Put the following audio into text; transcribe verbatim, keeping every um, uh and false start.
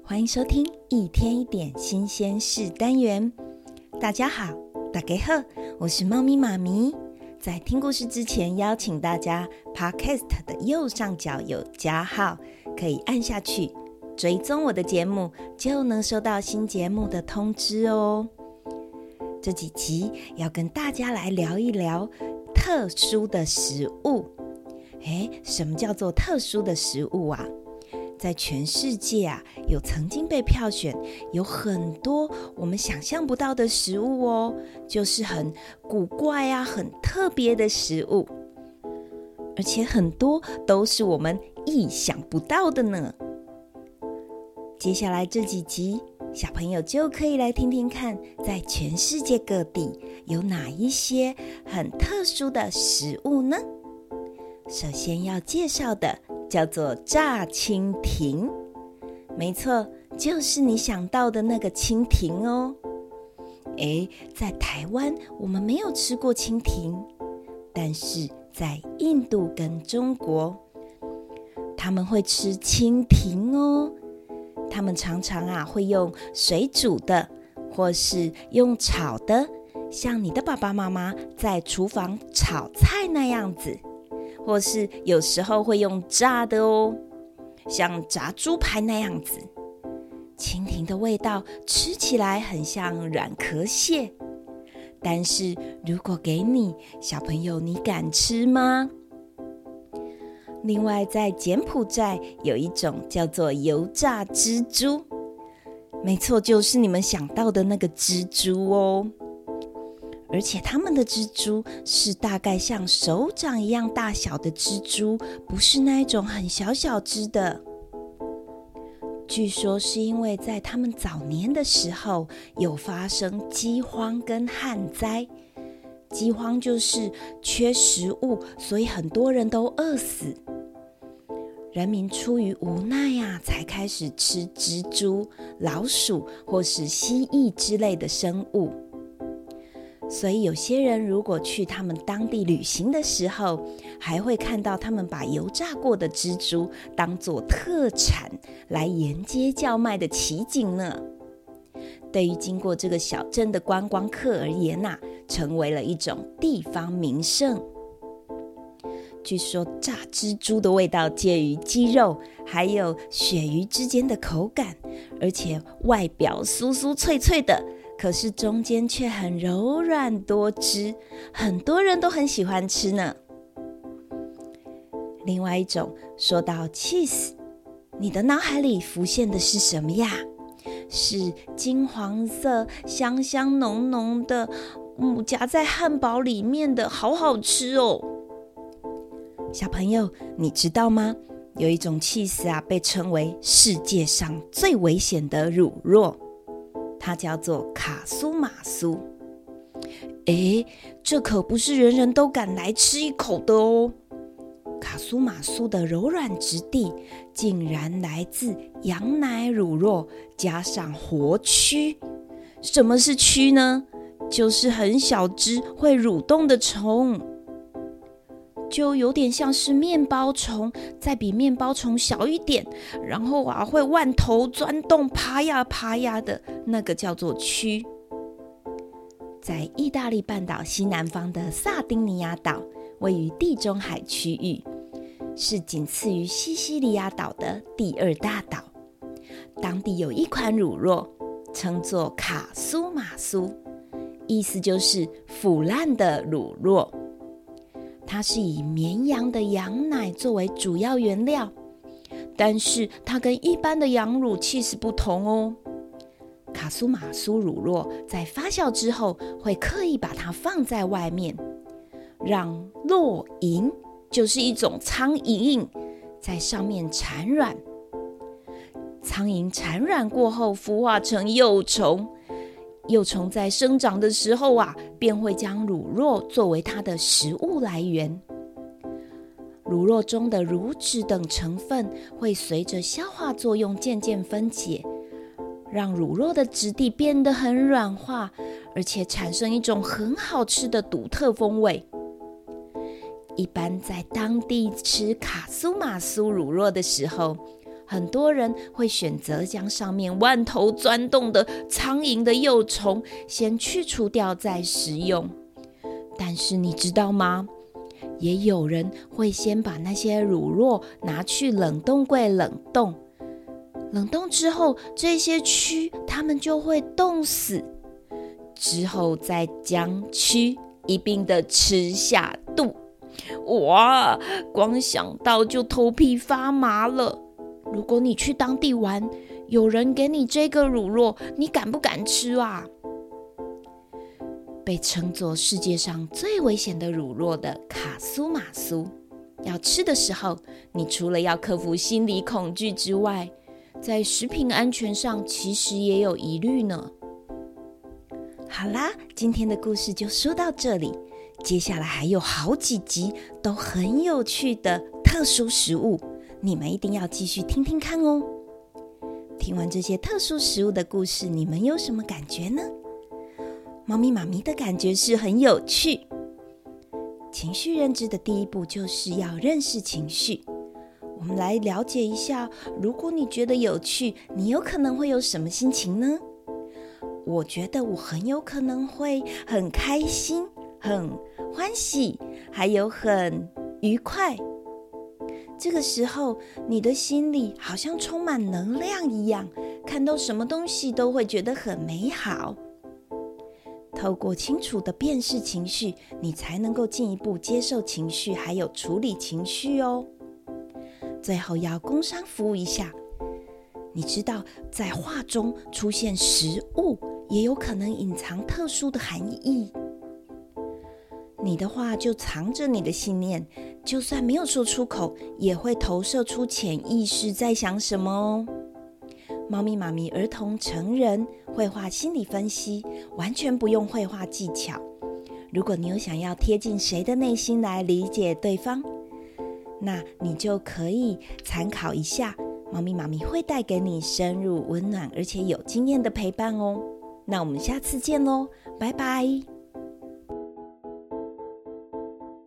欢迎收听一天一点新鲜事单元。大家好，大家好，我是猫咪妈咪。在听故事之前，邀请大家 Podcast 的右上角有加号，可以按下去追踪我的节目，就能收到新节目的通知哦。这几集要跟大家来聊一聊特殊的食物。诶，什么叫做特殊的食物啊？在全世界啊，有曾经被票选有很多我们想象不到的食物哦，就是很古怪啊，很特别的食物，而且很多都是我们意想不到的呢。接下来这几集，小朋友就可以来听听看，在全世界各地有哪一些很特殊的食物呢？首先要介绍的叫做炸蜻蜓，没错，就是你想到的那个蜻蜓哦。诶，在台湾我们没有吃过蜻蜓，但是在印度跟中国，他们会吃蜻蜓哦。他们常常啊会用水煮的，或是用炒的，像你的爸爸妈妈在厨房炒菜那样子。或是有时候会用炸的哦，像炸猪排那样子。蜻蜓的味道吃起来很像软壳蟹，但是如果给你，小朋友，你敢吃吗？另外，在柬埔寨有一种叫做油炸蜘蛛，没错，就是你们想到的那个蜘蛛哦。而且它们的蜘蛛是大概像手掌一样大小的蜘蛛，不是那一种很小小只的。据说是因为在他们早年的时候有发生饥荒跟旱灾。饥荒就是缺食物，所以很多人都饿死。人民出于无奈啊，才开始吃蜘蛛、老鼠或是蜥蜴之类的生物。所以有些人如果去他们当地旅行的时候，还会看到他们把油炸过的蜘蛛当作特产来沿街叫卖的奇景呢。对于经过这个小镇的观光客而言啊，成为了一种地方名胜。据说炸蜘蛛的味道介于鸡肉还有鳕鱼之间的口感，而且外表酥酥脆脆的，可是中间却很柔软多汁，很多人都很喜欢吃呢。另外一种，说到 cheese， 你的脑海里浮现的是什么呀？是金黄色、香香浓浓的，嗯，夹在汉堡里面的，好好吃哦。小朋友，你知道吗？有一种 cheese 啊，被称为世界上最危险的乳酪，它叫做卡苏马苏。诶，这可不是人人都敢来吃一口的哦。卡苏马苏的柔软质地竟然来自羊奶乳酪加上活蛆。什么是蛆呢？就是很小只会蠕动的虫，就有点像是面包虫，再比面包虫小一点，然后啊会万头钻洞爬呀爬呀的，那个叫做蛆。在意大利半岛西南方的萨丁尼亚岛，位于地中海区域，是仅次于西西里亚岛的第二大岛。当地有一款乳酪称作卡苏马苏，意思就是腐烂的乳酪。它是以绵羊的羊奶作为主要原料，但是它跟一般的羊乳气势不同哦。卡苏马苏乳酪在发酵之后，会刻意把它放在外面，让落蝇，就是一种苍蝇，在上面产卵。苍蝇产卵过后孵化成幼虫，幼虫在生长的时候啊，便会将乳酪作为它的食物来源。乳酪中的乳脂等成分会随着消化作用渐渐分解，让乳酪的质地变得很软化，而且产生一种很好吃的独特风味。一般在当地吃卡苏马苏乳酪的时候， 很多人会选择将上面万头钻动的苍蝇的幼虫先去除掉再食用。但是你知道吗？也有人会先把那些乳酪拿去冷冻柜冷冻，冷冻之后这些蛆它们就会冻死，之后再将蛆一并的吃下肚。哇，光想到就头皮发麻了。如果你去当地玩，有人给你这个乳酪，你敢不敢吃啊？被称作世界上最危险的乳酪的卡苏马苏，要吃的时候，你除了要克服心理恐惧之外，在食品安全上其实也有疑虑呢。好啦，今天的故事就说到这里，接下来还有好几集都很有趣的特殊食物，你们一定要继续听听看哦。听完这些特殊食物的故事，你们有什么感觉呢？猫咪妈咪的感觉是很有趣。情绪认知的第一步就是要认识情绪。我们来了解一下，如果你觉得有趣，你有可能会有什么心情呢？我觉得我很有可能会很开心、很欢喜，还有很愉快。这个时候，你的心里好像充满能量一样，看到什么东西都会觉得很美好。透过清楚的辨识情绪，你才能够进一步接受情绪，还有处理情绪哦。最后要工商服务一下，你知道在画中出现食物，也有可能隐藏特殊的含义。你的画就藏着你的信念，就算没有说出口，也会投射出潜意识在想什么哦。猫咪妈咪儿童成人绘画心理分析，完全不用绘画技巧。如果你有想要贴近谁的内心来理解对方，那你就可以参考一下，猫咪妈咪会带给你深入、温暖而且有经验的陪伴哦。那我们下次见咯，拜拜。